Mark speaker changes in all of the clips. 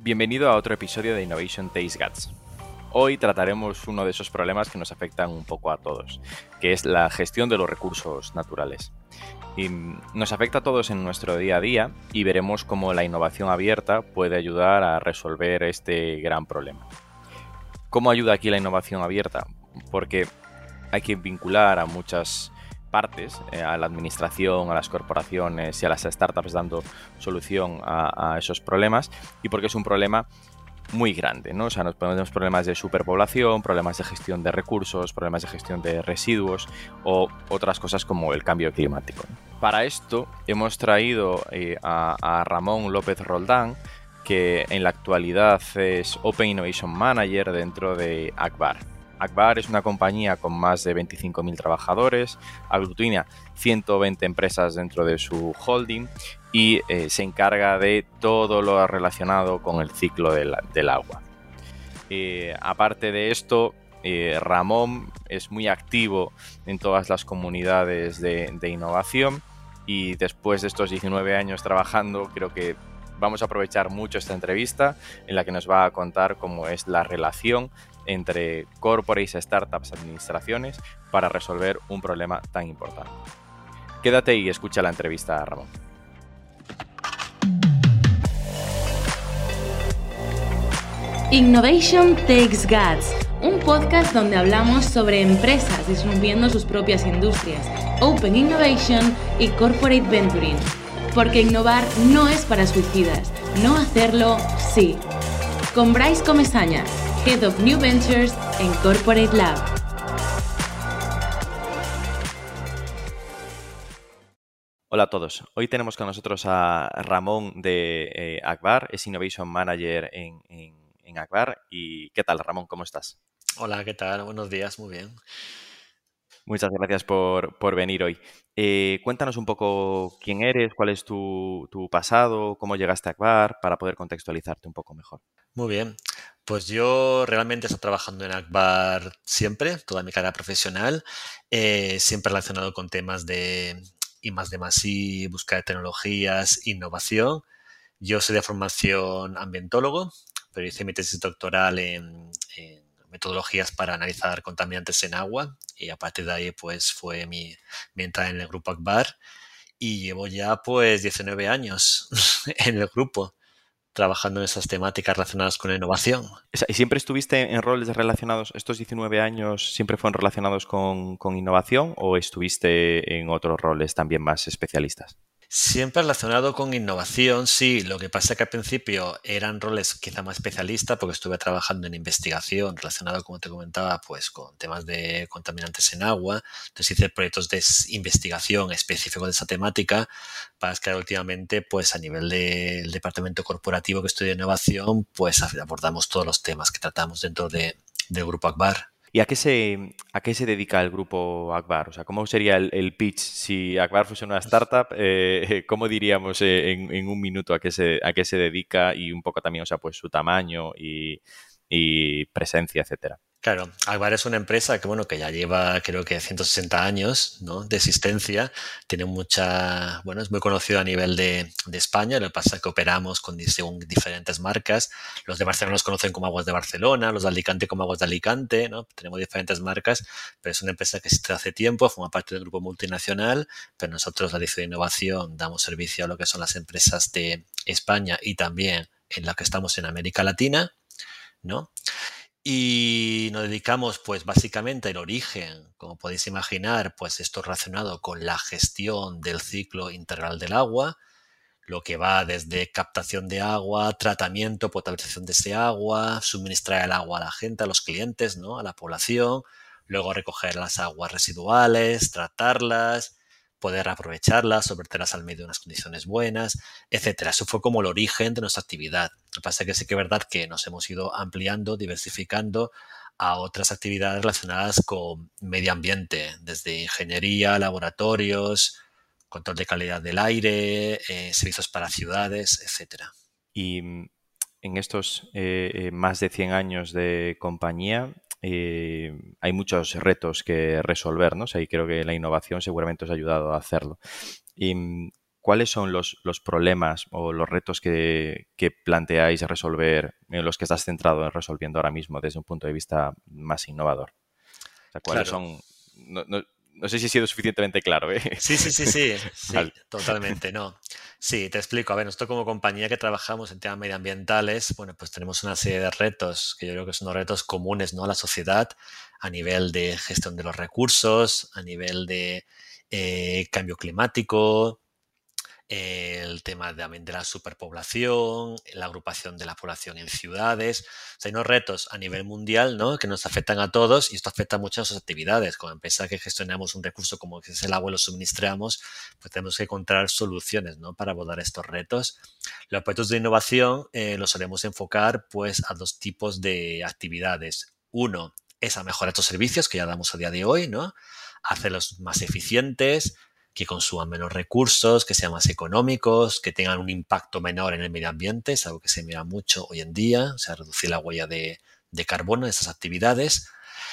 Speaker 1: Bienvenido a otro episodio de Innovation Taste Guts. Hoy trataremos uno de esos problemas que nos afectan un poco a todos, que es la gestión de los recursos naturales. Y nos afecta a todos en nuestro día a día y veremos cómo la innovación abierta puede ayudar a resolver este gran problema. ¿Cómo ayuda aquí la innovación abierta? Porque hay que vincular a muchas partes, a la administración, a las corporaciones y a las startups dando solución a esos problemas, y porque es un problema muy grande, ¿no? O sea, nos ponemos problemas de superpoblación, problemas de gestión de recursos, problemas de gestión de residuos o otras cosas como el cambio climático. Para esto hemos traído a Ramón López Roldán, que en la actualidad es Open Innovation Manager dentro de Akbar. Akbar es una compañía con más de 25.000 trabajadores, aglutina 120 empresas dentro de su holding y se encarga de todo lo relacionado con el ciclo del agua. Aparte de esto, Ramón es muy activo en todas las comunidades de innovación y después de estos 19 años trabajando, creo que vamos a aprovechar mucho esta entrevista en la que nos va a contar cómo es la relación entre corporates, startups, administraciones para resolver un problema tan importante. Quédate y escucha la entrevista a Ramón.
Speaker 2: Innovation Takes Guts, un podcast donde hablamos sobre empresas disminuyendo sus propias industrias, Open Innovation y Corporate Venturing. Porque innovar no es para suicidas, no hacerlo sí. Con Bryce Comesaña, Head of New Ventures en Corporate Lab.
Speaker 1: Hola a todos. Hoy tenemos con nosotros a Ramón de Akbar, es Innovation Manager en Akbar. ¿Y qué tal, Ramón? ¿Cómo estás?
Speaker 3: Hola, ¿qué tal? Buenos días, muy bien.
Speaker 1: Muchas gracias por venir hoy. Cuéntanos un poco quién eres, cuál es tu pasado, cómo llegaste a Akbar, para poder contextualizarte un poco mejor.
Speaker 3: Muy bien. Pues yo realmente he estado trabajando en Akbar siempre, toda mi carrera profesional, siempre relacionado con temas de I+D+I, búsqueda de tecnologías, innovación. Yo soy de formación ambientólogo, pero hice mi tesis doctoral en metodologías para analizar contaminantes en agua y a partir de ahí pues fue mi entrada en el grupo Akbar y llevo ya pues 19 años en el grupo trabajando en esas temáticas relacionadas con la innovación.
Speaker 1: ¿Y siempre estuviste en roles relacionados, estos 19 años, siempre fueron relacionados con innovación o estuviste en otros roles también más especialistas?
Speaker 3: Siempre relacionado con innovación, sí. Lo que pasa es que al principio eran roles quizá más especialistas porque estuve trabajando en investigación relacionado, como te comentaba, pues con temas de contaminantes en agua. Entonces hice proyectos de investigación específicos de esa temática para que últimamente, pues a nivel del departamento corporativo que estudia innovación, pues abordamos todos los temas que tratamos dentro del Grupo Akbar.
Speaker 1: ¿Y a qué se dedica el grupo Akbar? O sea, ¿cómo sería el pitch si Akbar fuese una startup? ¿Cómo diríamos en un minuto a qué se dedica y un poco también, o sea, pues su tamaño y presencia, etcétera?
Speaker 3: Claro, Akbar es una empresa que ya lleva creo que 160 años, ¿no?, de existencia. Tiene es muy conocido a nivel de España. Lo que pasa es que operamos según diferentes marcas. Los de Barcelona los conocen como Aguas de Barcelona, los de Alicante como Aguas de Alicante, ¿no? Tenemos diferentes marcas, pero es una empresa que existe hace tiempo, forma parte del grupo multinacional, pero nosotros, la Dirección de Innovación, damos servicio a lo que son las empresas de España y también en la que estamos en América Latina, ¿no? Y nos dedicamos, pues, básicamente al origen, como podéis imaginar, pues esto relacionado con la gestión del ciclo integral del agua, lo que va desde captación de agua, tratamiento, potabilización de ese agua, suministrar el agua a la gente, a los clientes, ¿no?, a la población, luego recoger las aguas residuales, tratarlas, poder aprovecharlas o verterlas al medio en unas condiciones buenas, etcétera. Eso fue como el origen de nuestra actividad. Lo que pasa es que sí que es verdad que nos hemos ido ampliando, diversificando a otras actividades relacionadas con medio ambiente, desde ingeniería, laboratorios, control de calidad del aire, servicios para ciudades, etcétera.
Speaker 1: Y en estos más de 100 años de compañía hay muchos retos que resolver, ¿no? O sea, y creo que la innovación seguramente os ha ayudado a hacerlo. Y ¿cuáles son los problemas o los retos que planteáis resolver, en los que estás centrado en resolviendo ahora mismo desde un punto de vista más innovador? O sea, ¿cuáles
Speaker 3: Claro.
Speaker 1: son? No sé si he sido suficientemente claro, ¿eh?
Speaker 3: Sí,
Speaker 1: Vale.
Speaker 3: totalmente, no. Sí, te explico. A ver, nosotros como compañía que trabajamos en temas medioambientales, bueno, pues tenemos una serie de retos que yo creo que son los retos comunes, ¿no? A la sociedad a nivel de gestión de los recursos, a nivel de cambio climático, el tema también de la superpoblación, la agrupación de la población en ciudades. O sea, hay unos retos a nivel mundial, ¿no? Que nos afectan a todos y esto afecta mucho a nuestras actividades. Como empresa que gestionamos un recurso como que es el agua y lo suministramos, pues tenemos que encontrar soluciones, ¿no? Para abordar estos retos. Los proyectos de innovación los solemos enfocar pues a dos tipos de actividades. Uno es a mejorar estos servicios que ya damos a día de hoy, ¿no? Hacerlos más eficientes, que consuman menos recursos, que sean más económicos, que tengan un impacto menor en el medio ambiente, es algo que se mira mucho hoy en día, o sea, reducir la huella de carbono de estas actividades.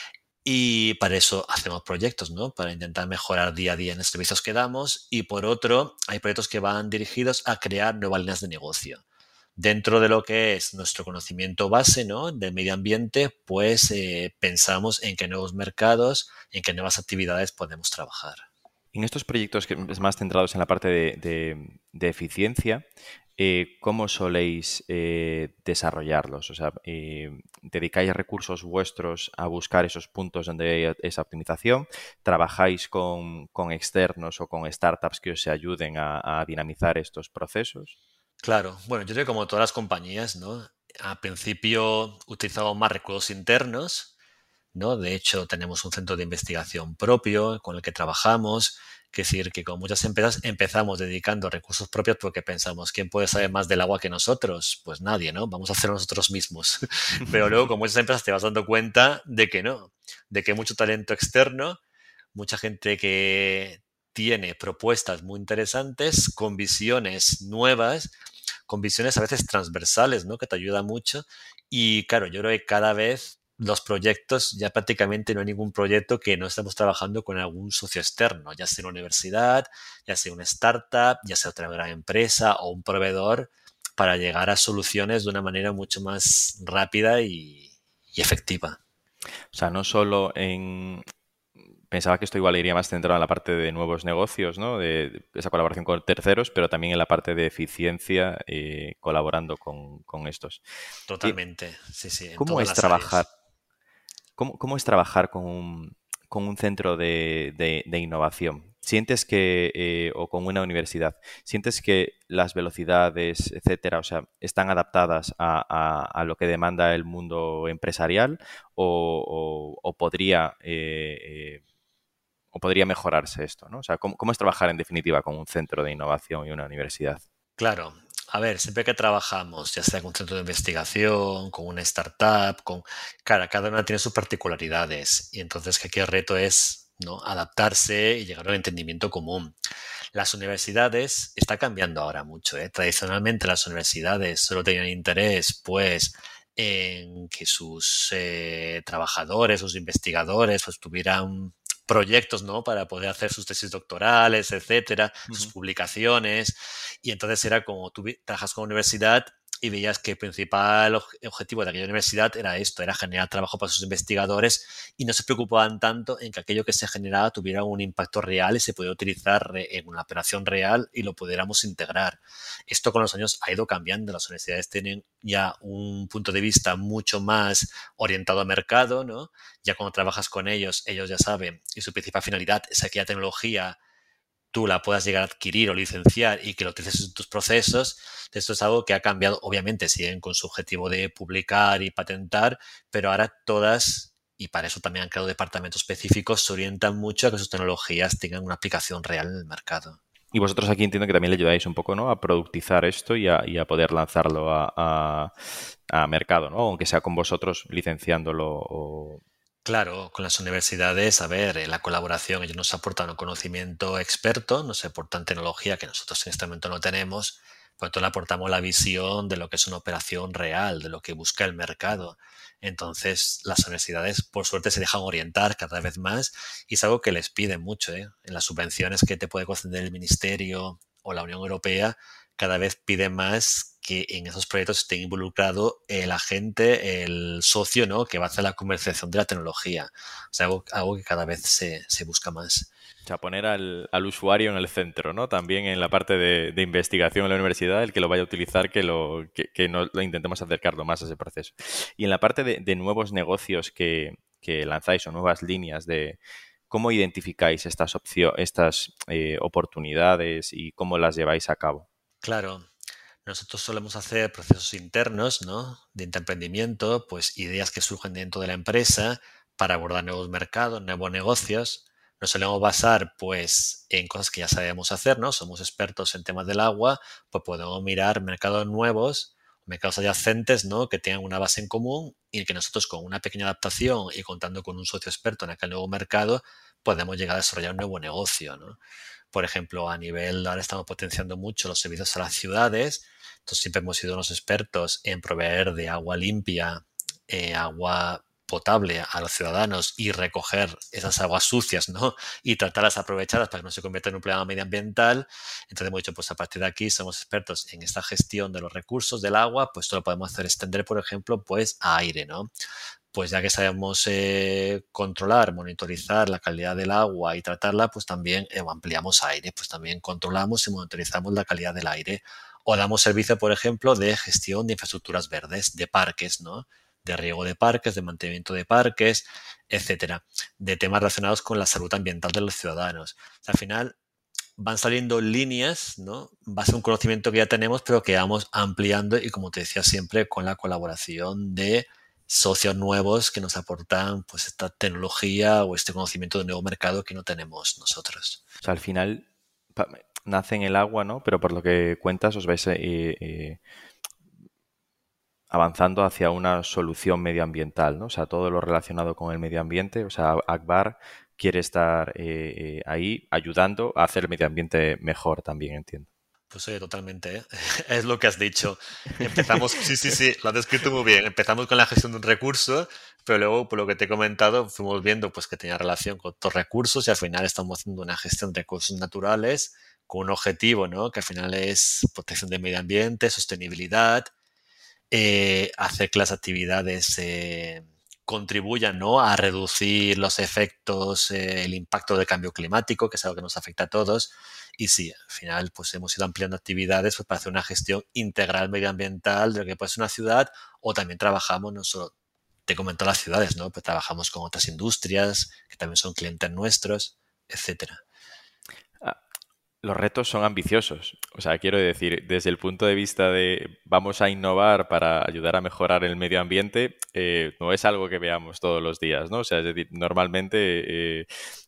Speaker 3: Y para eso hacemos proyectos, ¿no? Para intentar mejorar día a día en los servicios que damos. Y por otro, hay proyectos que van dirigidos a crear nuevas líneas de negocio. Dentro de lo que es nuestro conocimiento base, ¿no? Del medio ambiente, pues pensamos en qué nuevos mercados, en qué nuevas actividades podemos trabajar.
Speaker 1: En estos proyectos que es más centrados en la parte de eficiencia, ¿cómo soléis desarrollarlos? O sea, ¿dedicáis recursos vuestros a buscar esos puntos donde hay esa optimización? ¿Trabajáis con externos o con startups que os ayuden a dinamizar estos procesos?
Speaker 3: Claro, bueno, yo creo que como todas las compañías, ¿no? Al principio utilizamos más recursos internos, ¿no? De hecho, tenemos un centro de investigación propio con el que trabajamos. Que decir que con muchas empresas empezamos dedicando recursos propios porque pensamos, ¿quién puede saber más del agua que nosotros? Pues nadie, ¿no? Vamos a hacerlo nosotros mismos. Pero luego con muchas empresas te vas dando cuenta de que no, de que hay mucho talento externo, mucha gente que tiene propuestas muy interesantes, con visiones nuevas, con visiones a veces transversales, ¿no? Que te ayuda mucho. Y claro, yo creo que cada vez los proyectos, ya prácticamente no hay ningún proyecto que no estemos trabajando con algún socio externo, ya sea una universidad, ya sea una startup, ya sea otra gran empresa o un proveedor, para llegar a soluciones de una manera mucho más rápida y efectiva.
Speaker 1: O sea, no solo en... Pensaba que esto igual iría más centrado en la parte de nuevos negocios, ¿no? De esa colaboración con terceros, pero también en la parte de eficiencia, colaborando con estos. ¿Y
Speaker 3: Totalmente, sí, sí, en
Speaker 1: cómo
Speaker 3: todas
Speaker 1: es
Speaker 3: las
Speaker 1: trabajar?
Speaker 3: áreas.
Speaker 1: ¿Cómo es trabajar con un centro de innovación? ¿Sientes que, o con una universidad, sientes que las velocidades, etcétera, o sea, están adaptadas a lo que demanda el mundo empresarial o podría mejorarse esto, ¿no? O sea, ¿cómo es trabajar en definitiva con un centro de innovación y una universidad?
Speaker 3: Claro, a ver, siempre que trabajamos, ya sea con un centro de investigación, con una startup, claro, cada una tiene sus particularidades y entonces que aquí el reto es, ¿no? Adaptarse y llegar a un entendimiento común. Las universidades está cambiando ahora mucho, ¿eh? Tradicionalmente las universidades solo tenían interés, pues, en que sus trabajadores, sus investigadores, pues tuvieran proyectos, ¿no? Para poder hacer sus tesis doctorales, etcétera, sus
Speaker 1: Ujú.
Speaker 3: publicaciones. Y entonces era como tú trabajas con la universidad y veías que el principal objetivo de aquella universidad era esto, era generar trabajo para sus investigadores y no se preocupaban tanto en que aquello que se generaba tuviera un impacto real y se pudiera utilizar en una operación real y lo pudiéramos integrar. Esto con los años ha ido cambiando. Las universidades tienen ya un punto de vista mucho más orientado a mercado, ¿no? Ya cuando trabajas con ellos, ellos ya saben y su principal finalidad es que aquella tecnología tú la puedas llegar a adquirir o licenciar y que lo utilices en tus procesos. Esto es algo que ha cambiado. Obviamente siguen con su objetivo de publicar y patentar, pero ahora todas, y para eso también han creado departamentos específicos, se orientan mucho a que sus tecnologías tengan una aplicación real en el mercado.
Speaker 1: Y vosotros aquí entiendo que también le ayudáis un poco, ¿no? A productizar esto y a poder lanzarlo a mercado, ¿no? Aunque sea con vosotros licenciándolo o...
Speaker 3: Claro, con las universidades, a ver, la colaboración, ellos nos aportan un conocimiento experto, nos aportan tecnología que nosotros en este momento no tenemos, por tanto le aportamos la visión de lo que es una operación real, de lo que busca el mercado. Entonces, las universidades, por suerte, se dejan orientar cada vez más y es algo que les piden mucho, ¿eh? En las subvenciones que te puede conceder el ministerio o la Unión Europea cada vez pide más que en esos proyectos esté involucrado el agente, el socio, ¿no? Que va a hacer la comercialización de la tecnología. O sea, algo que cada vez se busca más.
Speaker 1: O sea, poner al usuario en el centro, ¿no? También en la parte de investigación en la universidad, el que lo vaya a utilizar, que lo intentemos acercarlo más a ese proceso. Y en la parte de nuevos negocios que lanzáis o nuevas líneas de cómo identificáis estas oportunidades y cómo las lleváis a cabo.
Speaker 3: Claro, nosotros solemos hacer procesos internos, ¿no? De emprendimiento, pues ideas que surgen dentro de la empresa para abordar nuevos mercados, nuevos negocios. Nos solemos basar, pues, en cosas que ya sabemos hacer, ¿no? Somos expertos en temas del agua, pues podemos mirar mercados nuevos, mercados adyacentes, ¿no? Que tengan una base en común y que nosotros con una pequeña adaptación y contando con un socio experto en aquel nuevo mercado, podemos llegar a desarrollar un nuevo negocio, ¿no? Por ejemplo, a nivel, ahora estamos potenciando mucho los servicios a las ciudades. Entonces siempre hemos sido unos expertos en proveer de agua limpia, agua potable a los ciudadanos y recoger esas aguas sucias, ¿no? Y tratarlas aprovechadas para que no se conviertan en un problema medioambiental. Entonces hemos dicho, pues a partir de aquí somos expertos en esta gestión de los recursos del agua, pues esto lo podemos hacer extender, por ejemplo, pues a aire, ¿no? Pues ya que sabemos controlar, monitorizar la calidad del agua y tratarla, pues también ampliamos aire, pues también controlamos y monitorizamos la calidad del aire. O damos servicio, por ejemplo, de gestión de infraestructuras verdes, de parques, ¿no? De riego de parques, de mantenimiento de parques, etcétera. De temas relacionados con la salud ambiental de los ciudadanos. O sea, al final van saliendo líneas, ¿no? Base a un conocimiento que ya tenemos, pero que vamos ampliando y, como te decía, siempre con la colaboración de socios nuevos que nos aportan pues esta tecnología o este conocimiento de un nuevo mercado que no tenemos nosotros.
Speaker 1: O sea, al final nace en el agua, ¿no? Pero por lo que cuentas os vais avanzando hacia una solución medioambiental, ¿no? O sea, todo lo relacionado con el medio ambiente. O sea, Akbar quiere estar ahí ayudando a hacer el medio ambiente mejor también, entiendo.
Speaker 3: Pues oye, totalmente, ¿eh? Es lo que has dicho. Empezamos, sí, lo has descrito muy bien. Empezamos con la gestión de un recurso, pero luego, por lo que te he comentado, fuimos viendo pues que tenía relación con otros recursos y al final estamos haciendo una gestión de recursos naturales con un objetivo, ¿no? Que al final es protección del medio ambiente, sostenibilidad, hacer que las actividades contribuyan, ¿no? A reducir los efectos, el impacto del cambio climático, que es algo que nos afecta a todos. Y sí, al final pues hemos ido ampliando actividades pues, para hacer una gestión integral medioambiental de lo que puede ser una ciudad, o también trabajamos, no solo te comento las ciudades, ¿no? Pues trabajamos con otras industrias que también son clientes nuestros, etcétera.
Speaker 1: Los retos son ambiciosos. O sea, quiero decir, desde el punto de vista de vamos a innovar para ayudar a mejorar el medio ambiente, no es algo que veamos todos los días, ¿no? O sea, es decir, normalmente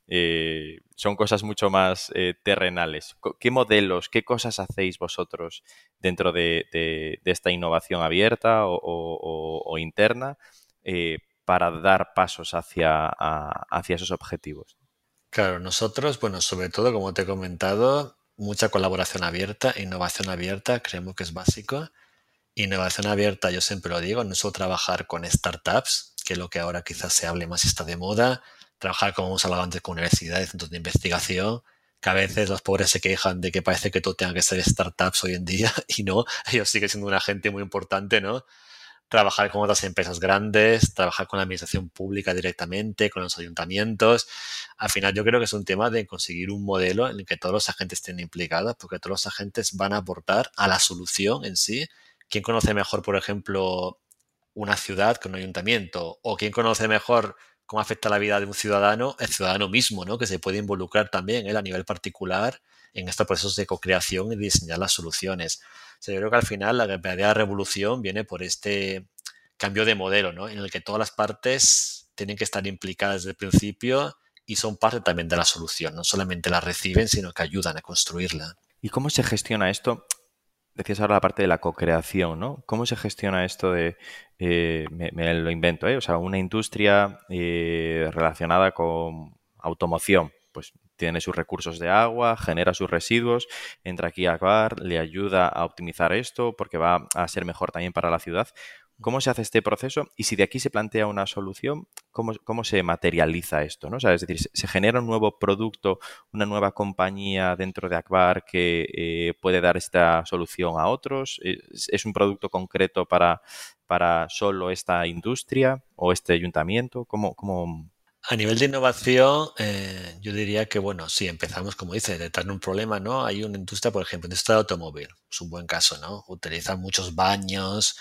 Speaker 1: son cosas mucho más terrenales. ¿Qué modelos, qué cosas hacéis vosotros dentro de esta innovación abierta o interna para dar pasos hacia esos objetivos?
Speaker 3: Claro, nosotros, bueno, sobre todo, como te he comentado, mucha colaboración abierta, innovación abierta, creemos que es básico. Innovación abierta, yo siempre lo digo, no solo trabajar con startups, que es lo que ahora quizás se hable más y está de moda, trabajar, como hemos hablado antes, con universidades, centros de investigación, que a veces los pobres se quejan de que parece que todo tenga que ser startups hoy en día, y no, ellos siguen siendo un agente muy importante, ¿no? Trabajar con otras empresas grandes, trabajar con la administración pública directamente, con los ayuntamientos. Al final yo creo que es un tema de conseguir un modelo en el que todos los agentes estén implicados, porque todos los agentes van a aportar a la solución en sí. ¿Quién conoce mejor, por ejemplo, una ciudad que un ayuntamiento? ¿O quién conoce mejor cómo afecta la vida de un ciudadano? El ciudadano mismo, ¿no? Que se puede involucrar también él a nivel particular en estos procesos de co-creación y diseñar las soluciones. O sea, yo creo que al final la verdadera revolución viene por este cambio de modelo, ¿no? En el que todas las partes tienen que estar implicadas desde el principio y son parte también de la solución. No solamente la reciben, sino que ayudan a construirla.
Speaker 1: ¿Y cómo se gestiona esto? Decías ahora la parte de la co-creación, ¿no? ¿Cómo se gestiona esto de, me lo invento, O sea, una industria relacionada con automoción, pues tiene sus recursos de agua, genera sus residuos, entra aquí a Akbar, le ayuda a optimizar esto porque va a ser mejor también para la ciudad. ¿Cómo se hace este proceso? Y si de aquí se plantea una solución, ¿cómo se materializa esto? ¿No? O sea, es decir, ¿se genera un nuevo producto, una nueva compañía dentro de Akbar que puede dar esta solución a otros? ¿Es un producto concreto para solo esta industria o este ayuntamiento? ¿Cómo?
Speaker 3: A nivel de innovación, yo diría que, bueno, si empezamos, como dice, detectar un problema, ¿no? Hay una industria, por ejemplo, industria de automóvil, es un buen caso, ¿no? Utilizan muchos baños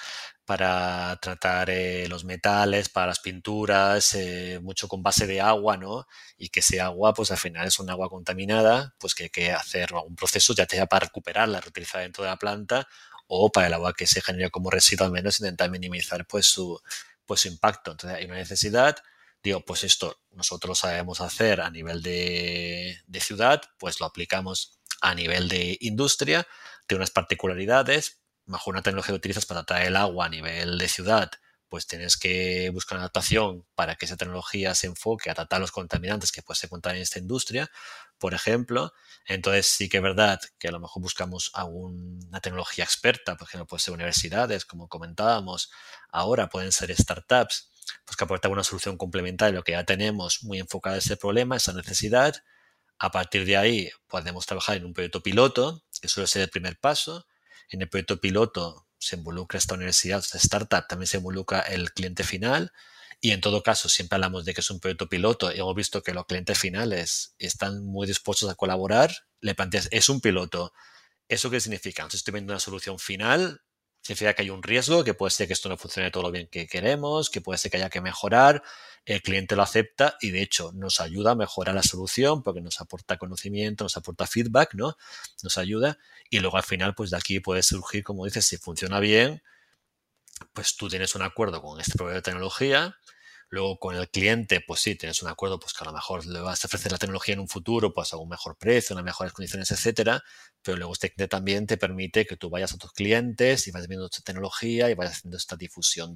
Speaker 3: para tratar los metales, para las pinturas, mucho con base de agua, ¿no? Y que ese agua, pues al final es un agua contaminada, pues que hay que hacer algún proceso, ya sea para recuperarla, reutilizarla dentro de la planta, o para el agua que se genera como residuo, al menos intentar minimizar pues su impacto. Entonces hay una necesidad. Digo, pues esto nosotros lo sabemos hacer a nivel de ciudad, pues lo aplicamos a nivel de industria, tiene unas particularidades. Bajo una tecnología que utilizas para tratar el agua a nivel de ciudad, pues tienes que buscar una adaptación para que esa tecnología se enfoque a tratar los contaminantes que puede ser encontrar en esta industria, por ejemplo. Entonces sí que es verdad que a lo mejor buscamos alguna tecnología experta, por ejemplo, puede ser universidades, como comentábamos, ahora pueden ser startups pues que aporta una solución complementaria a lo que ya tenemos, muy enfocada a ese problema, esa necesidad. A partir de ahí podemos trabajar en un proyecto piloto, que suele ser el primer paso. En el proyecto piloto se involucra esta universidad, esta startup, también se involucra el cliente final. Y en todo caso, siempre hablamos de que es un proyecto piloto y hemos visto que los clientes finales están muy dispuestos a colaborar. Le planteas, es un piloto. ¿Eso qué significa? Entonces estoy viendo una solución final, significa que hay un riesgo, que puede ser que esto no funcione todo lo bien que queremos, que puede ser que haya que mejorar, el cliente lo acepta y de hecho nos ayuda a mejorar la solución porque nos aporta conocimiento, nos aporta feedback, ¿no? Nos ayuda y luego al final pues de aquí puede surgir, como dices, si funciona bien, pues tú tienes un acuerdo con este proveedor de tecnología. Luego con el cliente, pues sí, tienes un acuerdo, pues que a lo mejor le vas a ofrecer la tecnología en un futuro, pues a un mejor precio, unas mejores condiciones, etcétera. Pero luego este cliente también te permite que tú vayas a tus clientes y vayas viendo esta tecnología y vayas haciendo esta difusión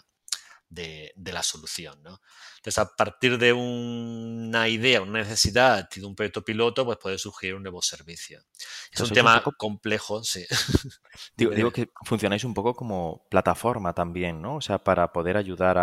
Speaker 3: de la solución, ¿no? Entonces, a partir de una idea, una necesidad y de un proyecto piloto, pues puede surgir un nuevo servicio. Es un
Speaker 1: Sois un
Speaker 3: tema
Speaker 1: poco,
Speaker 3: complejo, sí.
Speaker 1: digo,
Speaker 3: Dime,
Speaker 1: digo
Speaker 3: dime.
Speaker 1: que funcionáis un poco como plataforma también, ¿no? O sea, para poder ayudar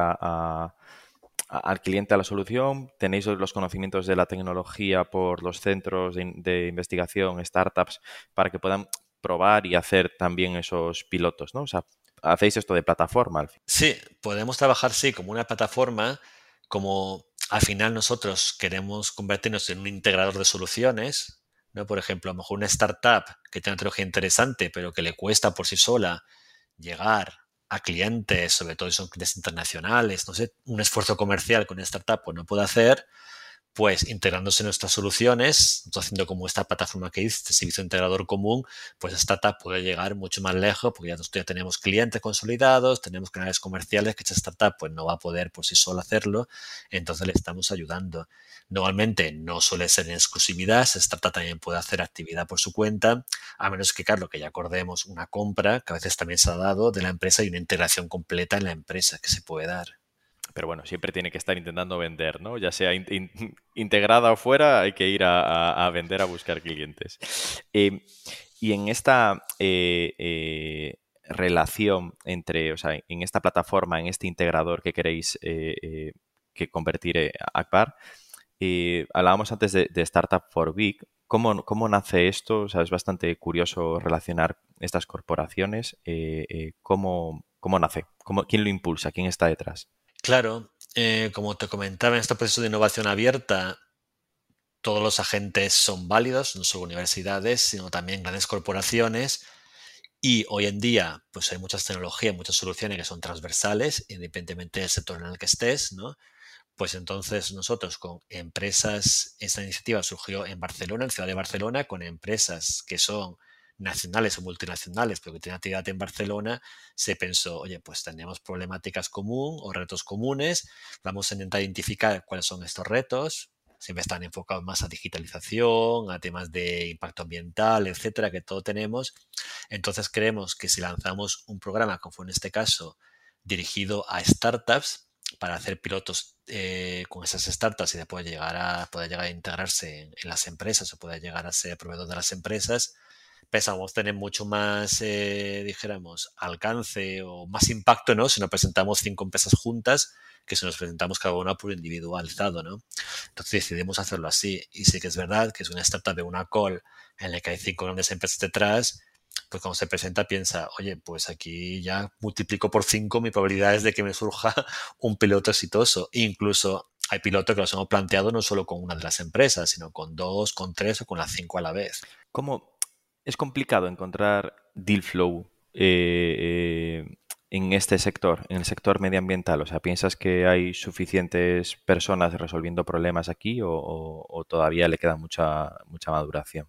Speaker 1: al cliente a la solución, tenéis los conocimientos de la tecnología por los centros de investigación, startups, para que puedan probar y hacer también esos pilotos, ¿no? O sea, hacéis esto de plataforma al fin.
Speaker 3: Sí, podemos trabajar, sí, como una plataforma, como al final nosotros queremos convertirnos en un integrador de soluciones, ¿no? Por ejemplo, a lo mejor una startup que tiene una tecnología interesante, pero que le cuesta por sí sola llegar a clientes, sobre todo si son clientes internacionales, no sé, un esfuerzo comercial con una startup pues no puede hacer, pues integrándose en nuestras soluciones, haciendo como esta plataforma que dice, este servicio integrador común, pues esta startup puede llegar mucho más lejos porque ya tenemos clientes consolidados, tenemos canales comerciales que esta startup pues no va a poder por sí sola hacerlo, entonces le estamos ayudando. Normalmente no suele ser en exclusividad, esta startup también puede hacer actividad por su cuenta, a menos que, claro, que ya acordemos una compra, que a veces también se ha dado de la empresa y una integración completa en la empresa que se puede dar.
Speaker 1: Pero bueno, siempre tiene que estar intentando vender, ¿no? Ya sea integrada o fuera, hay que ir a vender, a buscar clientes. Y en esta relación entre, o sea, en esta plataforma, en este integrador que queréis que convertir Akbar, hablábamos antes de Startup for Big. ¿Cómo nace esto? O sea, es bastante curioso relacionar estas corporaciones. ¿Cómo nace? ¿Quién lo impulsa? ¿Quién está detrás?
Speaker 3: Claro, como te comentaba, en este proceso de innovación abierta, todos los agentes son válidos, no solo universidades, sino también grandes corporaciones. Y hoy en día, pues hay muchas tecnologías, muchas soluciones que son transversales, independientemente del sector en el que estés, ¿no? Pues entonces nosotros con empresas, esta iniciativa surgió en Barcelona, en Ciudad de Barcelona, con empresas que son nacionales o multinacionales, pero que tienen actividad en Barcelona, se pensó, oye, pues tenemos problemáticas comunes o retos comunes, vamos a intentar identificar cuáles son estos retos, siempre están enfocados más a digitalización, a temas de impacto ambiental, etcétera, que todo tenemos. Entonces creemos que si lanzamos un programa, como fue en este caso, dirigido a startups, para hacer pilotos con esas startups y después poder llegar a integrarse en las empresas o poder llegar a ser proveedor de las empresas, pensamos tener mucho más, dijéramos, alcance o más impacto, ¿no? Si nos presentamos 5 empresas juntas que si nos presentamos cada una por individualizado, ¿no? Entonces decidimos hacerlo así. Y sí que es verdad que es una startup de una call en la que hay 5 grandes empresas detrás, pues cuando se presenta piensa, oye, pues aquí ya multiplico por 5 mis probabilidades de que me surja un piloto exitoso. E incluso hay pilotos que los hemos planteado no solo con una de las empresas, sino con 2, con 3 o con las 5 a la vez.
Speaker 1: ¿Cómo es complicado encontrar deal flow en este sector, en el sector medioambiental? O sea, ¿piensas que hay suficientes personas resolviendo problemas aquí o todavía le queda mucha maduración?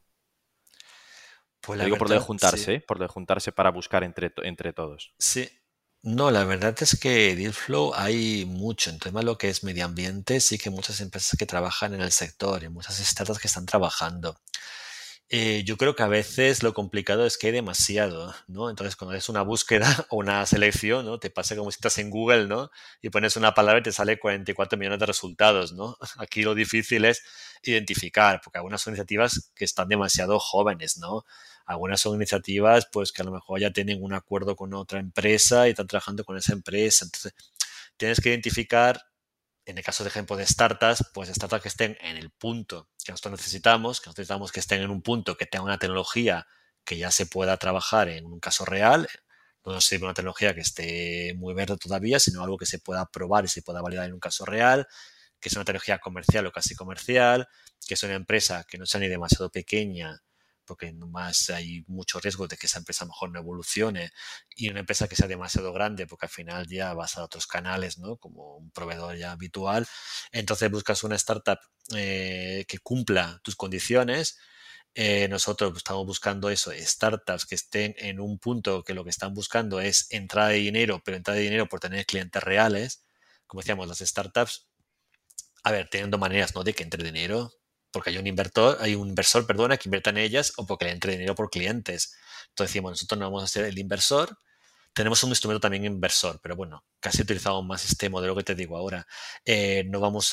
Speaker 3: Pues
Speaker 1: Lo
Speaker 3: la
Speaker 1: digo por lo de
Speaker 3: verdad, sí.
Speaker 1: juntarse, ¿eh? Por lo de juntarse para buscar entre todos.
Speaker 3: Sí. No, la verdad es que Dealflow hay mucho. En tema de lo que es medio ambiente, sí que hay muchas empresas que trabajan en el sector y muchas startups que están trabajando. Yo creo que a veces lo complicado es que hay demasiado, ¿no? Entonces, cuando haces una búsqueda o una selección, ¿no? Te pasa como si estás en Google, ¿no? Y pones una palabra y te sale 44 millones de resultados, ¿no? Aquí lo difícil es identificar, porque algunas son iniciativas que están demasiado jóvenes, ¿no? Algunas son iniciativas, pues, que a lo mejor ya tienen un acuerdo con otra empresa y están trabajando con esa empresa. Entonces, tienes que identificar en el caso de ejemplo de startups, pues startups que estén en el punto que nosotros necesitamos que estén en un punto que tenga una tecnología que ya se pueda trabajar en un caso real. No nos sirve una tecnología que esté muy verde todavía, sino algo que se pueda probar y se pueda validar en un caso real, que sea una tecnología comercial o casi comercial, que sea una empresa que no sea ni demasiado pequeña, porque nomás hay mucho riesgo de que esa empresa mejor no evolucione, y una empresa que sea demasiado grande, porque al final ya vas a otros canales, ¿no? Como un proveedor ya habitual. Entonces buscas una startup que cumpla tus condiciones. Nosotros estamos buscando eso, startups que estén en un punto que lo que están buscando es entrada de dinero, pero entrada de dinero por tener clientes reales. Como decíamos, las startups, a ver, teniendo maneras, ¿no? De que entre dinero, porque hay un inversor, perdona, que invierta en ellas o porque le entre dinero por clientes. Entonces decimos, nosotros no vamos a ser el inversor. Tenemos un instrumento también inversor, pero bueno, casi utilizamos más este modelo que te digo ahora. No vamos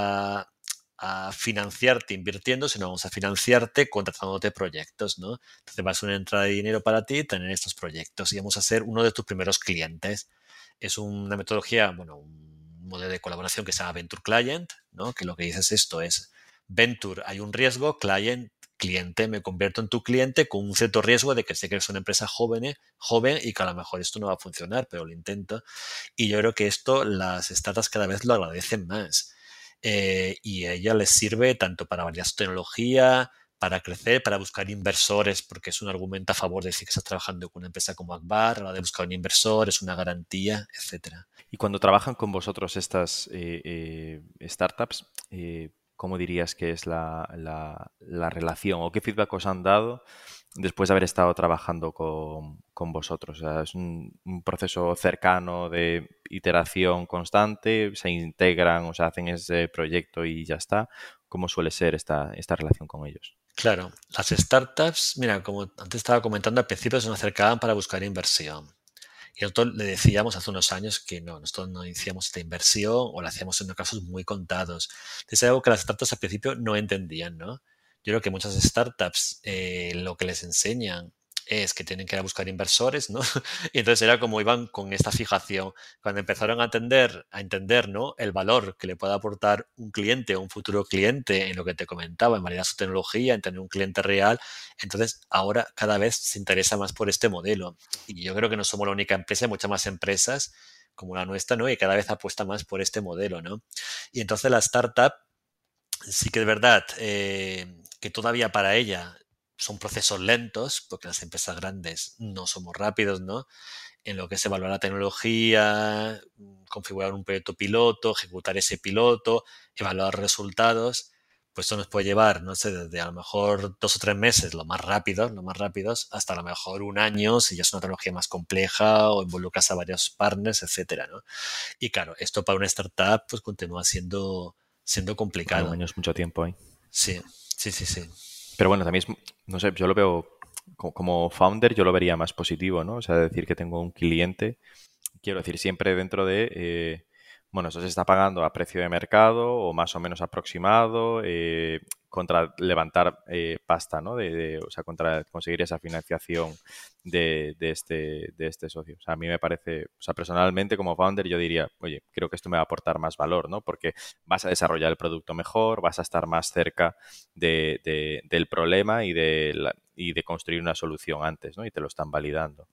Speaker 3: a financiarte invirtiendo, sino vamos a financiarte contratándote proyectos, ¿no? Entonces va a ser una entrada de dinero para ti tener estos proyectos y vamos a ser uno de tus primeros clientes. Es una metodología, bueno, un modelo de colaboración que se llama Venture Client, ¿no? Que lo que dices esto es Venture, hay un riesgo, cliente, me convierto en tu cliente con un cierto riesgo de que sé que eres una empresa joven y que a lo mejor esto no va a funcionar, pero lo intento. Y yo creo que esto las startups cada vez lo agradecen más. Y a ella les sirve tanto para validar su tecnología, para crecer, para buscar inversores, porque es un argumento a favor de decir que estás trabajando con una empresa como Akbar, a la hora de buscar un inversor, es una garantía, etcétera.
Speaker 1: Y cuando trabajan con vosotros estas startups, ¿cómo dirías que es la relación o qué feedback os han dado después de haber estado trabajando con vosotros? O sea, ¿es un proceso cercano de iteración constante? ¿Se integran o se hacen ese proyecto y ya está? ¿Cómo suele ser esta relación con ellos?
Speaker 3: Claro, las startups, mira, como antes estaba comentando, al principio se nos acercaban para buscar inversión. Y nosotros le decíamos hace unos años que no, nosotros no hacíamos esta inversión o la hacíamos en casos muy contados. Es algo que las startups al principio no entendían, ¿no? Yo creo que muchas startups lo que les enseñan es que tienen que ir a buscar inversores, ¿no? Y entonces era como iban con esta fijación. Cuando empezaron a entender, ¿no? El valor que le puede aportar un cliente o un futuro cliente en lo que te comentaba, en validar su tecnología, en tener un cliente real, entonces ahora cada vez se interesa más por este modelo. Y yo creo que no somos la única empresa, hay muchas más empresas como la nuestra, ¿no? Y cada vez apuesta más por este modelo, ¿no? Y entonces la startup sí que es verdad que todavía para ella son procesos lentos, porque las empresas grandes no somos rápidos, ¿no? En lo que es evaluar la tecnología, configurar un proyecto piloto, ejecutar ese piloto, evaluar resultados, pues esto nos puede llevar, no sé, desde a lo mejor 2 o 3 meses, lo más rápidos, hasta a lo mejor un año, si ya es una tecnología más compleja o involucras a varios partners, etcétera, ¿no? Y claro, esto para una startup pues continúa siendo
Speaker 1: Bueno, un
Speaker 3: complicado.
Speaker 1: año es mucho tiempo ahí.
Speaker 3: Sí, sí, sí, sí.
Speaker 1: Pero bueno, también no sé, yo lo veo como founder, yo lo vería más positivo, ¿no? O sea, decir que tengo un cliente, quiero decir, siempre dentro de bueno, eso se está pagando a precio de mercado o más o menos aproximado, contra levantar pasta, ¿no? O sea, contra conseguir esa financiación de este socio. O sea, a mí me parece, o sea, personalmente como founder yo diría, oye, creo que esto me va a aportar más valor, ¿no? Porque vas a desarrollar el producto mejor, vas a estar más cerca del problema y de construir una solución antes, ¿no? Y te lo están validando.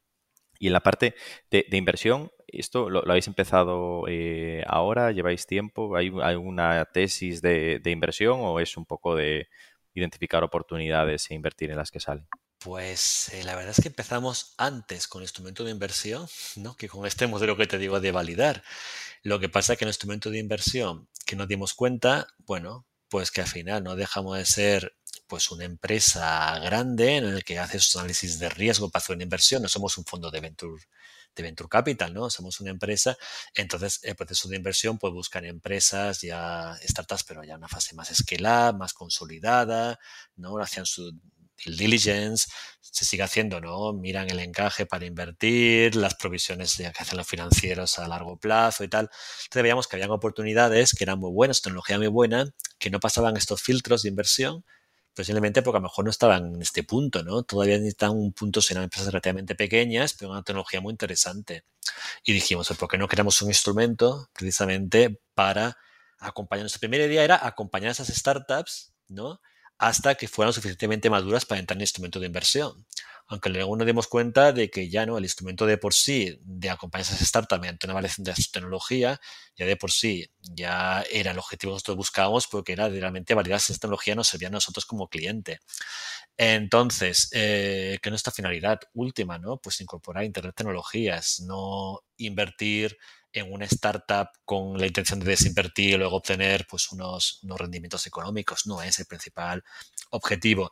Speaker 1: Y en la parte de inversión, ¿esto lo habéis empezado ahora? ¿Lleváis tiempo? ¿Hay alguna tesis de inversión o es un poco de identificar oportunidades e invertir en las que salen?
Speaker 3: Pues la verdad es que empezamos antes con el instrumento de inversión, ¿no? Que con este modelo que te digo de validar. Lo que pasa es que en el instrumento de inversión que nos dimos cuenta, bueno, pues que al final no dejamos de ser pues una empresa grande en el que hace sus análisis de riesgo para hacer una inversión. No somos un fondo de venture capital, ¿no? Somos una empresa. Entonces, el proceso de inversión pues buscan empresas ya startups, pero ya en una fase más scale up, más consolidada, ¿no? Hacían su due diligence, se sigue haciendo, ¿no? Miran el encaje para invertir, las provisiones que hacen los financieros a largo plazo y tal. Entonces veíamos que habían oportunidades que eran muy buenas, tecnología muy buena, que no pasaban estos filtros de inversión, posiblemente porque a lo mejor no estaban en este punto, ¿no? Todavía necesitan un punto, serán empresas relativamente pequeñas, pero una tecnología muy interesante. Y dijimos, ¿por qué no creamos un instrumento precisamente para acompañar? Nuestra primera idea era acompañar a esas startups, ¿no? Hasta que fueran suficientemente maduras para entrar en el instrumento de inversión. Aunque luego nos dimos cuenta de que ya no, el instrumento de por sí de acompañar a esas startups mediante una validación de su tecnología, ya de por sí ya era el objetivo que nosotros buscábamos, porque era realmente validar si esa tecnología nos servía a nosotros como cliente. Entonces, ¿qué es nuestra finalidad última, no? Pues incorporar Internet tecnologías, no invertir en una startup con la intención de desinvertir y luego obtener pues unos rendimientos económicos. No es el principal objetivo.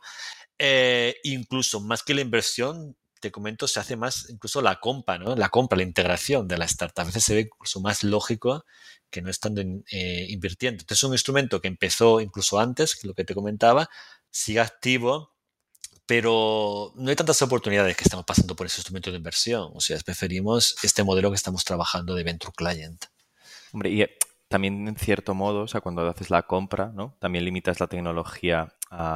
Speaker 3: Incluso más que la inversión, te comento, se hace más incluso la compra, ¿no? La compra, la integración de la startup. A veces se ve incluso más lógico que no estando invirtiendo. Entonces, es un instrumento que empezó incluso antes, que lo que te comentaba, sigue activo, pero no hay tantas oportunidades que estamos pasando por ese instrumento de inversión. O sea, preferimos este modelo que estamos trabajando de Venture Client.
Speaker 1: Hombre, y también en cierto modo, o sea, cuando haces la compra, ¿no? También limitas la tecnología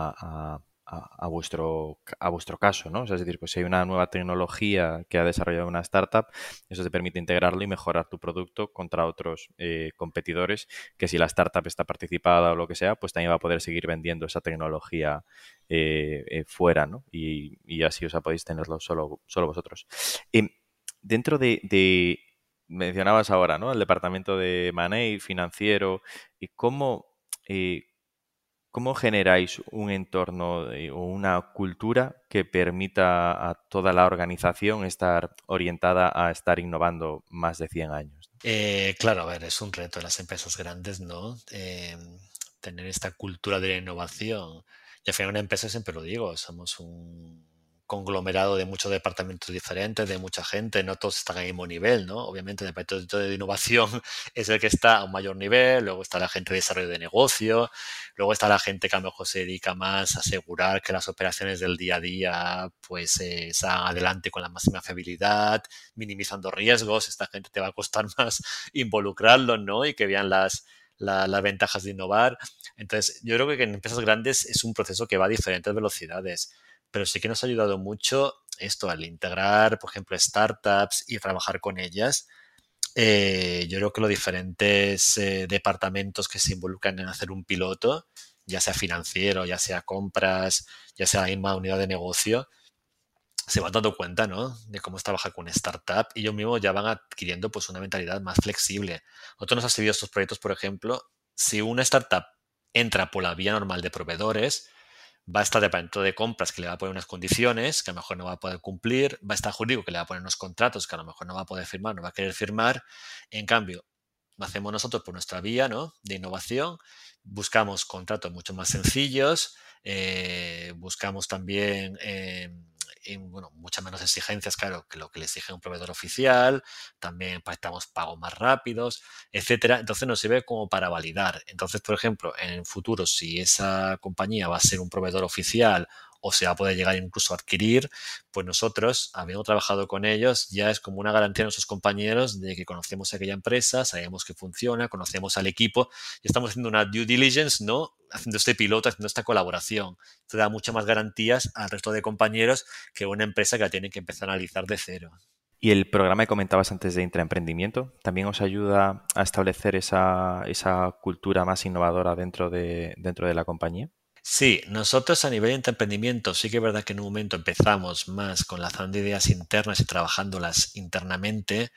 Speaker 1: a vuestro caso, ¿no? O sea, es decir, pues si hay una nueva tecnología que ha desarrollado una startup, eso te permite integrarlo y mejorar tu producto contra otros competidores que si la startup está participada o lo que sea, pues también va a poder seguir vendiendo esa tecnología fuera, ¿no? Y así, o sea, podéis tenerlo solo vosotros. Dentro mencionabas ahora, ¿no? El departamento de Money, financiero, y eh, cómo generáis un entorno o una cultura que permita a toda la organización estar orientada a estar innovando más de 100 años.
Speaker 3: Claro, a ver, es un reto en las empresas grandes, ¿no? Tener esta cultura de la innovación. Y al final una empresa, siempre lo digo, somos un conglomerado de muchos departamentos diferentes, de mucha gente, no todos están al mismo nivel, ¿no? Obviamente el departamento de innovación es el que está a un mayor nivel, luego está la gente de desarrollo de negocio, luego está la gente que a lo mejor se dedica más a asegurar que las operaciones del día a día pues salgan adelante con la máxima fiabilidad, minimizando riesgos. Esta gente te va a costar más involucrarlos, ¿no? Y que vean las ventajas de innovar. Entonces, yo creo que en empresas grandes es un proceso que va a diferentes velocidades, pero sí que nos ha ayudado mucho esto al integrar, por ejemplo, startups y trabajar con ellas. Yo creo que los diferentes departamentos que se involucran en hacer un piloto, ya sea financiero, ya sea compras, ya sea la misma unidad de negocio, se van dando cuenta, ¿no? De cómo es trabajar con una startup y ellos mismos ya van adquiriendo pues una mentalidad más flexible. Nosotros nos ha servido estos proyectos, por ejemplo, si una startup entra por la vía normal de proveedores, va a estar departamento de compras que le va a poner unas condiciones que a lo mejor no va a poder cumplir, va a estar jurídico que le va a poner unos contratos que a lo mejor no va a poder firmar, no va a querer firmar. En cambio, lo hacemos nosotros por nuestra vía, ¿no? De innovación, buscamos contratos mucho más sencillos, buscamos también bueno, muchas menos exigencias, claro, que lo que le exige un proveedor oficial, también pactamos pagos más rápidos, etcétera. Entonces nos sirve como para validar. Entonces, por ejemplo, en el futuro, si esa compañía va a ser un proveedor oficial o se va a poder llegar incluso a adquirir, pues nosotros, habiendo trabajado con ellos, ya es como una garantía a nuestros compañeros de que conocemos aquella empresa, sabemos que funciona, conocemos al equipo y estamos haciendo una due diligence, ¿no? Haciendo este piloto, haciendo esta colaboración. Esto da muchas más garantías al resto de compañeros que una empresa que la tiene que empezar a analizar de cero.
Speaker 1: Y el programa que comentabas antes de intraemprendimiento, ¿también os ayuda a establecer esa cultura más innovadora dentro de la compañía?
Speaker 3: Sí, nosotros a nivel de emprendimiento sí que es verdad que en un momento empezamos más con lanzando ideas internas y trabajándolas internamente.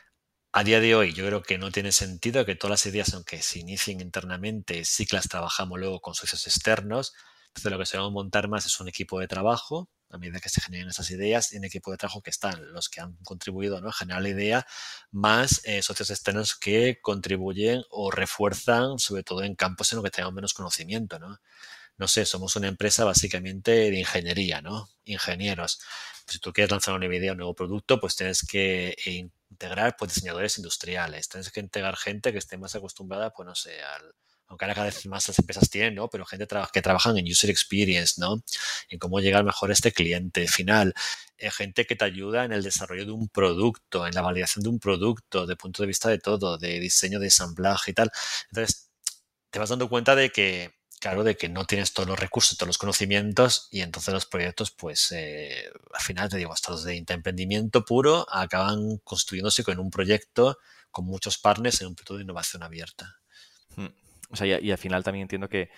Speaker 3: A día de hoy yo creo que no tiene sentido que todas las ideas, aunque se inicien internamente, sí que las trabajamos luego con socios externos. Entonces lo que se va a montar más es un equipo de trabajo, a medida que se generen esas ideas, y en equipo de trabajo que están los que han contribuido, ¿no?, a generar la idea, más socios externos que contribuyen o refuerzan, sobre todo en campos en los que tengan menos conocimiento, ¿no? No sé, somos una empresa básicamente de ingeniería, ¿no? Ingenieros. Pues si tú quieres lanzar una nueva idea, un nuevo producto, pues tienes que integrar pues, diseñadores industriales, tienes que integrar gente que esté más acostumbrada, pues no sé, aunque ahora cada vez más las empresas tienen, ¿no? Pero gente que trabajan en user experience, ¿no? En cómo llegar mejor a este cliente final. Gente que te ayuda en el desarrollo de un producto, en la validación de un producto, de punto de vista de todo, de diseño, de ensamblaje y tal. Entonces, te vas dando cuenta de que, claro, de que no tienes todos los recursos, todos los conocimientos y entonces los proyectos, pues al final te digo, hasta los de emprendimiento puro acaban construyéndose con un proyecto con muchos partners en un proyecto de innovación abierta.
Speaker 1: Hmm. O sea, y al final también entiendo que,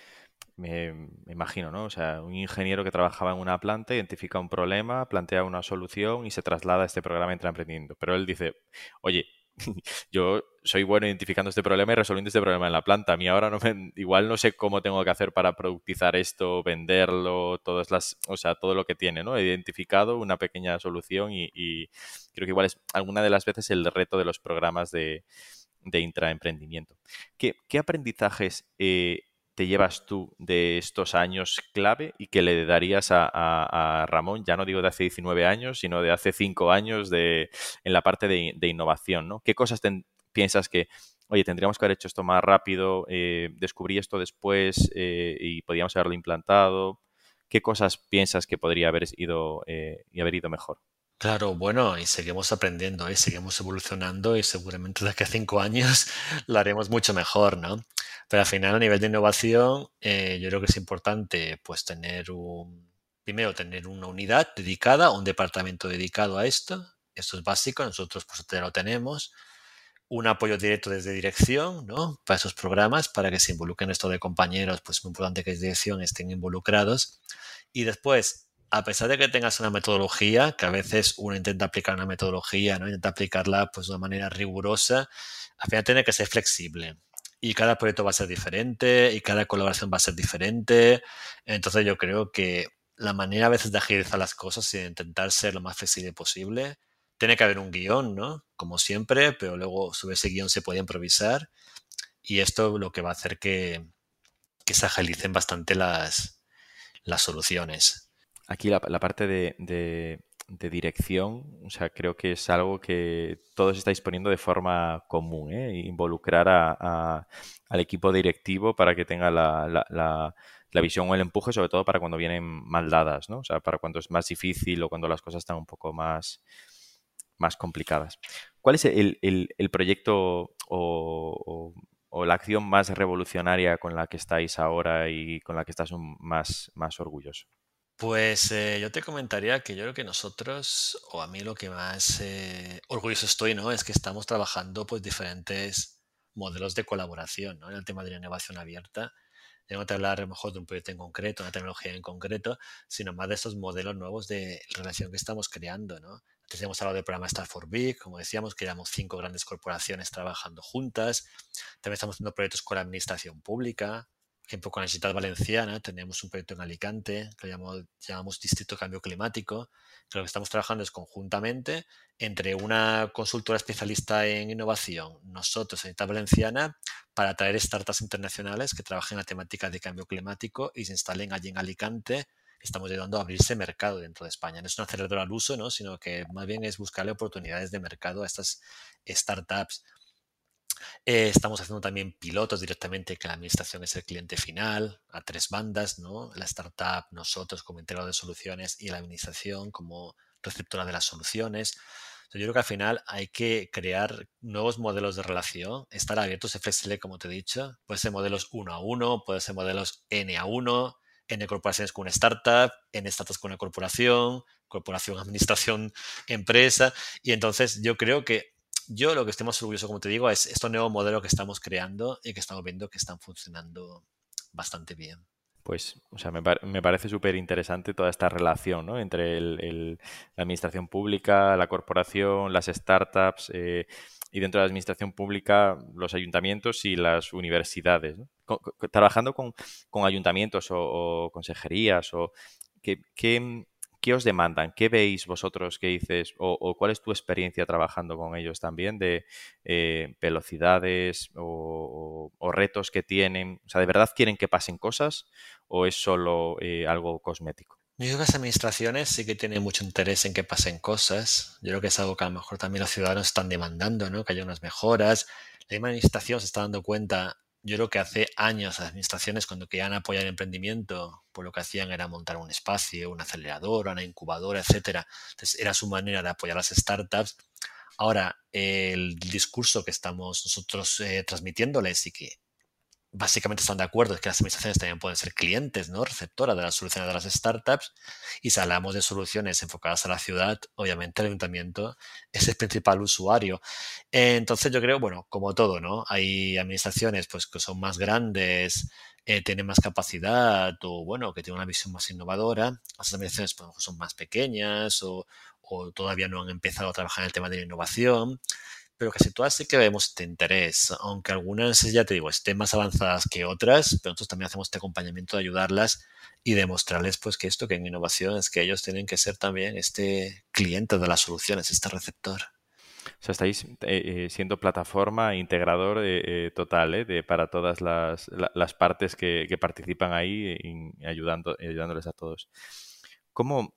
Speaker 1: me imagino, ¿no? O sea, un ingeniero que trabajaba en una planta identifica un problema, plantea una solución y se traslada a este programa de intraemprendimiento. Pero él dice, oye, yo soy bueno identificando este problema y resolviendo este problema en la planta. A mí ahora igual no sé cómo tengo que hacer para productizar esto, venderlo, o sea, todo lo que tiene, ¿no? He identificado una pequeña solución y creo que igual es alguna de las veces el reto de los programas de intraemprendimiento. ¿Qué aprendizajes te llevas tú de estos años clave y que le darías a Ramón, ya no digo de hace 19 años, sino de hace 5 años en la parte de innovación, ¿no? ¿Qué cosas piensas que, oye, tendríamos que haber hecho esto más rápido, descubrí esto después y podíamos haberlo implantado? ¿Qué cosas piensas que podría haber ido mejor?
Speaker 3: Claro, bueno, y seguimos aprendiendo, y seguimos evolucionando y seguramente de aquí a 5 años lo haremos mucho mejor, ¿no? Pero al final a nivel de innovación, yo creo que es importante pues primero tener una unidad dedicada, un departamento dedicado a esto. Esto es básico, nosotros pues ya lo tenemos. Un apoyo directo desde dirección, ¿no? Para esos programas, para que se involucren esto de compañeros, pues es muy importante que desde dirección estén involucrados. Y después, a pesar de que tengas una metodología, que a veces uno intenta aplicar una metodología, ¿no? Intenta aplicarla pues de una manera rigurosa, al final tiene que ser flexible. Y cada proyecto va a ser diferente y cada colaboración va a ser diferente. Entonces yo creo que la manera a veces de agilizar las cosas y de intentar ser lo más flexible posible, tiene que haber un guión, ¿no? Como siempre, pero luego sobre ese guión se puede improvisar y esto lo que va a hacer que se agilicen bastante las soluciones.
Speaker 1: Aquí la parte de dirección, o sea, creo que es algo que todos estáis poniendo de forma común, ¿eh? Involucrar al equipo directivo para que tenga la visión o el empuje, sobre todo para cuando vienen mal dadas, ¿no? O sea, para cuando es más difícil o cuando las cosas están un poco más complicadas. ¿Cuál es el proyecto o la acción más revolucionaria con la que estáis ahora y con la que estás más orgulloso?
Speaker 3: Pues yo te comentaría que yo creo que nosotros, o a mí lo que más orgulloso estoy, ¿no? Es que estamos trabajando pues diferentes modelos de colaboración, ¿no? En el tema de la innovación abierta. Ya no te hablar a lo mejor de un proyecto en concreto, una tecnología en concreto, sino más de estos modelos nuevos de relación que estamos creando, ¿no? Antes hemos hablado del programa Start for Big, como decíamos, que éramos 5 grandes corporaciones trabajando juntas. También estamos haciendo proyectos con la administración pública. Por ejemplo, con la Generalitat Valenciana tenemos un proyecto en Alicante que lo llamamos Distrito Cambio Climático, que lo que estamos trabajando es conjuntamente entre una consultora especialista en innovación, nosotros, Generalitat Valenciana, para atraer startups internacionales que trabajen en la temática de cambio climático y se instalen allí en Alicante. Estamos ayudando a abrirse mercado dentro de España. No es una aceleradora al uso, ¿no? Sino que más bien es buscarle oportunidades de mercado a estas startups. Estamos haciendo también pilotos directamente que la administración es el cliente final, a 3 bandas, ¿no? La startup, nosotros como integrador de soluciones y la administración como receptora de las soluciones. Yo creo que al final hay que crear nuevos modelos de relación, estar abiertos y flexible, como te he dicho. Puede ser modelos 1 a 1, puede ser modelos N a 1, N corporaciones con una startup, N startups con una corporación, administración, empresa. Y entonces yo creo que yo lo que estoy más orgulloso, como te digo, es estos nuevos modelos que estamos creando y que estamos viendo que están funcionando bastante bien.
Speaker 1: Pues, o sea, me parece súper interesante toda esta relación, ¿no? Entre la administración pública, la corporación, las startups y dentro de la administración pública los ayuntamientos y las universidades, ¿no? Trabajando con ayuntamientos o consejerías o ¿qué, qué os demandan? ¿Qué veis vosotros que dices? O cuál es tu experiencia trabajando con ellos también de velocidades o retos que tienen? O sea, ¿de verdad quieren que pasen cosas o es solo algo cosmético?
Speaker 3: Yo creo que las administraciones sí que tienen mucho interés en que pasen cosas. Yo creo que es algo que a lo mejor también los ciudadanos están demandando, ¿no? Que haya unas mejoras. La misma administración se está dando cuenta, yo creo que hace años las administraciones cuando querían apoyar el emprendimiento, pues lo que hacían era montar un espacio, una aceleradora, una incubadora, etcétera. Entonces era su manera de apoyar las startups. Ahora, el discurso que estamos nosotros transmitiéndoles y que básicamente están de acuerdo es que las administraciones también pueden ser clientes, ¿no? Receptoras de las soluciones de las startups. Y si hablamos de soluciones enfocadas a la ciudad, obviamente el ayuntamiento es el principal usuario. Entonces yo creo, bueno, como todo, ¿no? Hay administraciones pues que son más grandes, tienen más capacidad o, bueno, que tienen una visión más innovadora. Las administraciones pues, son más pequeñas o todavía no han empezado a trabajar en el tema de la innovación, pero casi todas sí que vemos este interés, aunque algunas, ya te digo, estén más avanzadas que otras, pero nosotros también hacemos este acompañamiento de ayudarlas y demostrarles pues que esto, que en innovación es que ellos tienen que ser también este cliente de las soluciones, este receptor.
Speaker 1: O sea, estáis siendo plataforma, integrador total, para todas las partes que participan ahí, ayudándoles a todos. ¿Cómo,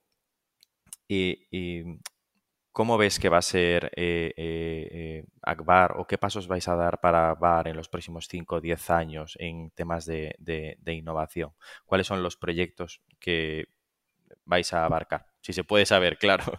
Speaker 1: eh, eh, ¿Cómo ves que va a ser Akbar o qué pasos vais a dar para Akbar en los próximos 5 o 10 años en temas de innovación? ¿Cuáles son los proyectos que vais a abarcar? Si se puede saber, claro.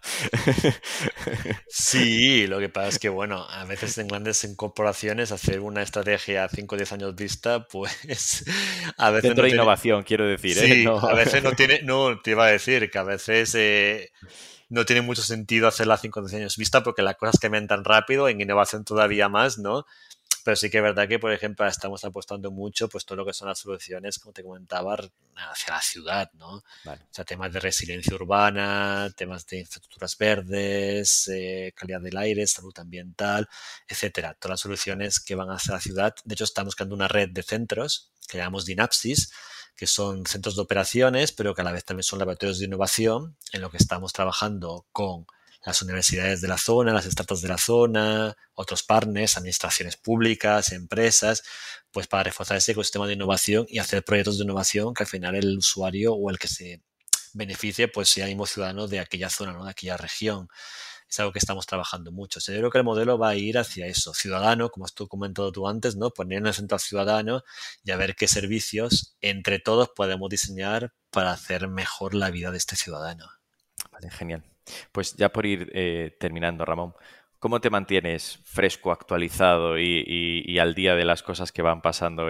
Speaker 3: Sí, lo que pasa es que, bueno, a veces en grandes corporaciones hacer una estrategia a 5 o 10 años vista, pues a veces
Speaker 1: Dentro
Speaker 3: no
Speaker 1: de
Speaker 3: tiene.
Speaker 1: innovación, quiero decir, ¿eh?
Speaker 3: Sí,
Speaker 1: No.
Speaker 3: a veces no tiene, no, te iba a decir que a veces no tiene mucho sentido hacerla a 5 o 10 años vista porque las cosas cambian tan rápido, en innovación todavía más, ¿no? Pero sí que es verdad que, por ejemplo, estamos apostando mucho pues todo lo que son las soluciones, como te comentaba, hacia la ciudad, ¿no? O
Speaker 1: Vale.
Speaker 3: sea, temas de resiliencia urbana, temas de infraestructuras verdes, calidad del aire, salud ambiental, etcétera. Todas las soluciones que van hacia la ciudad. De hecho, estamos creando una red de centros que llamamos Dynapsis, que son centros de operaciones, pero que a la vez también son laboratorios de innovación, en lo que estamos trabajando con las universidades de la zona, las startups de la zona, otros partners, administraciones públicas, empresas, pues para reforzar ese ecosistema de innovación y hacer proyectos de innovación que al final el usuario o el que se beneficie pues sea el mismo ciudadano de aquella zona, ¿no? De aquella región. Es algo que estamos trabajando mucho. O sea, yo creo que el modelo va a ir hacia eso, ciudadano, como has tú comentado tú antes, ¿no? Poner en el centro al ciudadano y a ver qué servicios entre todos podemos diseñar para hacer mejor la vida de este ciudadano.
Speaker 1: Vale, genial. Pues ya por ir terminando, Ramón, ¿cómo te mantienes fresco, actualizado y al día de las cosas que van pasando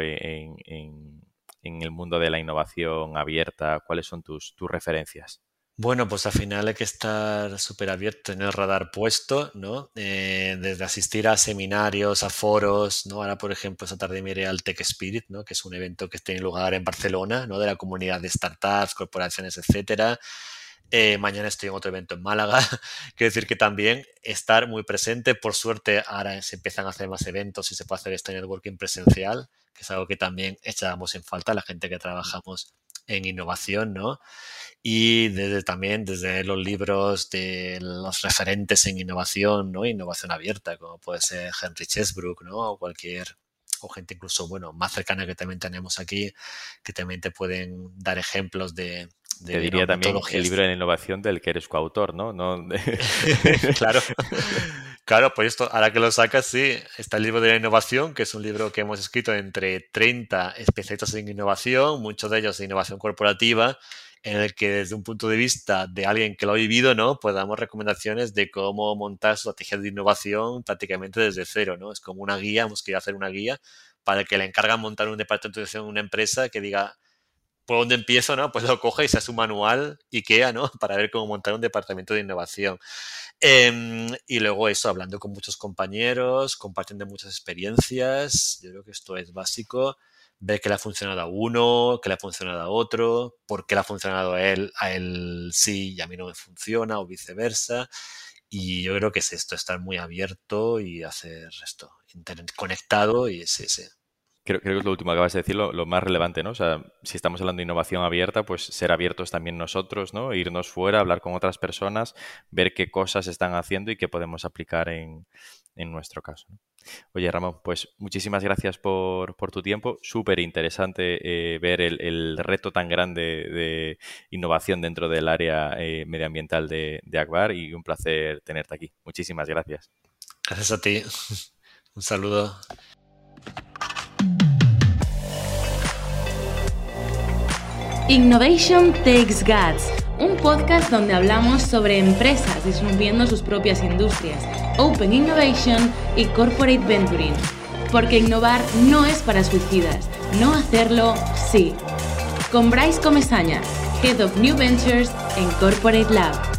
Speaker 1: en el mundo de la innovación abierta? ¿Cuáles son tus referencias?
Speaker 3: Bueno, pues al final hay que estar súper abierto, tener el radar puesto, ¿no? Desde asistir a seminarios, a foros, ¿no? Ahora, por ejemplo, esta tarde miré al Tech Spirit, ¿no? Que es un evento que tiene lugar en Barcelona, ¿no? De la comunidad de startups, corporaciones, etcétera. Mañana estoy en otro evento en Málaga. Quiero decir que también estar muy presente. Por suerte, ahora se empiezan a hacer más eventos y se puede hacer este networking presencial, que es algo que también echábamos en falta la gente que trabajamos en innovación, ¿no? Y también desde los libros de los referentes en innovación, ¿no? Innovación abierta, como puede ser Henry Chesbrook, ¿no? O gente incluso, bueno, más cercana que también tenemos aquí, que también te pueden dar ejemplos
Speaker 1: Te
Speaker 3: de
Speaker 1: diría
Speaker 3: nuevas
Speaker 1: también el
Speaker 3: metodologías.
Speaker 1: libro de innovación del que eres coautor, ¿no?
Speaker 3: Claro. Claro, pues esto, ahora que lo sacas, sí, está el libro de la innovación, que es un libro que hemos escrito entre 30 especialistas en innovación, muchos de ellos de innovación corporativa, en el que desde un punto de vista de alguien que lo ha vivido, ¿no? Pues damos recomendaciones de cómo montar estrategias de innovación prácticamente desde cero, ¿no? Es como una guía, hemos querido hacer una guía para el que le encargan montar un departamento de innovación en una empresa que diga, ¿por dónde empiezo, no? Pues lo coge y se hace un manual IKEA, ¿no? Para ver cómo montar un departamento de innovación. Y luego eso, hablando con muchos compañeros, compartiendo muchas experiencias. Yo creo que esto es básico. Ver qué le ha funcionado a uno, qué le ha funcionado a otro, por qué le ha funcionado a él sí y a mí no me funciona, o viceversa. Y yo creo que es esto, estar muy abierto y hacer esto, internet conectado y sí, sí.
Speaker 1: Creo que es lo último que acabas de decir, lo más relevante, ¿no? O sea, si estamos hablando de innovación abierta, pues ser abiertos también nosotros, ¿no? Irnos fuera, hablar con otras personas, ver qué cosas están haciendo y qué podemos aplicar en nuestro caso, ¿no? Oye, Ramón, pues muchísimas gracias por tu tiempo. Súper interesante ver el reto tan grande de innovación dentro del área medioambiental de Agbar y un placer tenerte aquí. Muchísimas gracias.
Speaker 3: Gracias a ti. Un saludo.
Speaker 2: Innovation Takes Guts, un podcast donde hablamos sobre empresas disminuyendo sus propias industrias, Open Innovation y Corporate Venturing. Porque innovar no es para suicidas, no hacerlo sí. Con Bryce Comesaña, Head of New Ventures en Corporate Lab.